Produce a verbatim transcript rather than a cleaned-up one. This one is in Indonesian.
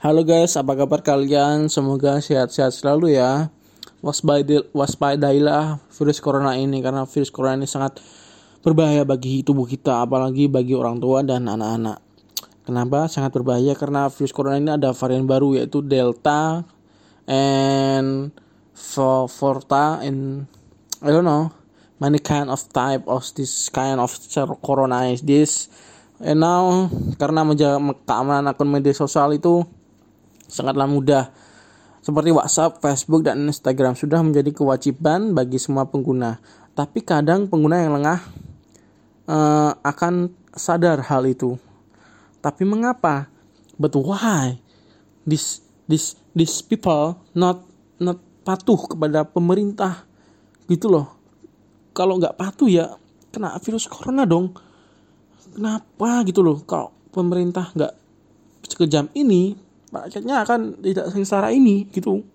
Halo guys, apa kabar kalian? Semoga sehat-sehat selalu ya. Waspadai- Waspadailah virus corona ini karena virus corona ini sangat berbahaya bagi tubuh kita, apalagi bagi orang tua dan anak-anak. Kenapa sangat berbahaya? Karena virus corona ini ada varian baru yaitu Delta and Forta and I don't know many kind of type of this kind of corona is this. And now karena menjaga keamanan akun media sosial itu sangatlah mudah. Seperti WhatsApp, Facebook, dan Instagram sudah menjadi kewajiban bagi semua pengguna. Tapi kadang pengguna yang lengah uh, akan sadar hal itu. Tapi mengapa? But why? This this these people not not patuh kepada pemerintah gitu loh. Kalau nggak patuh ya kena virus corona dong. Kenapa gitu loh? Kalau pemerintah nggak sekejam ini, rakyatnya akan tidak sengsara ini gitu.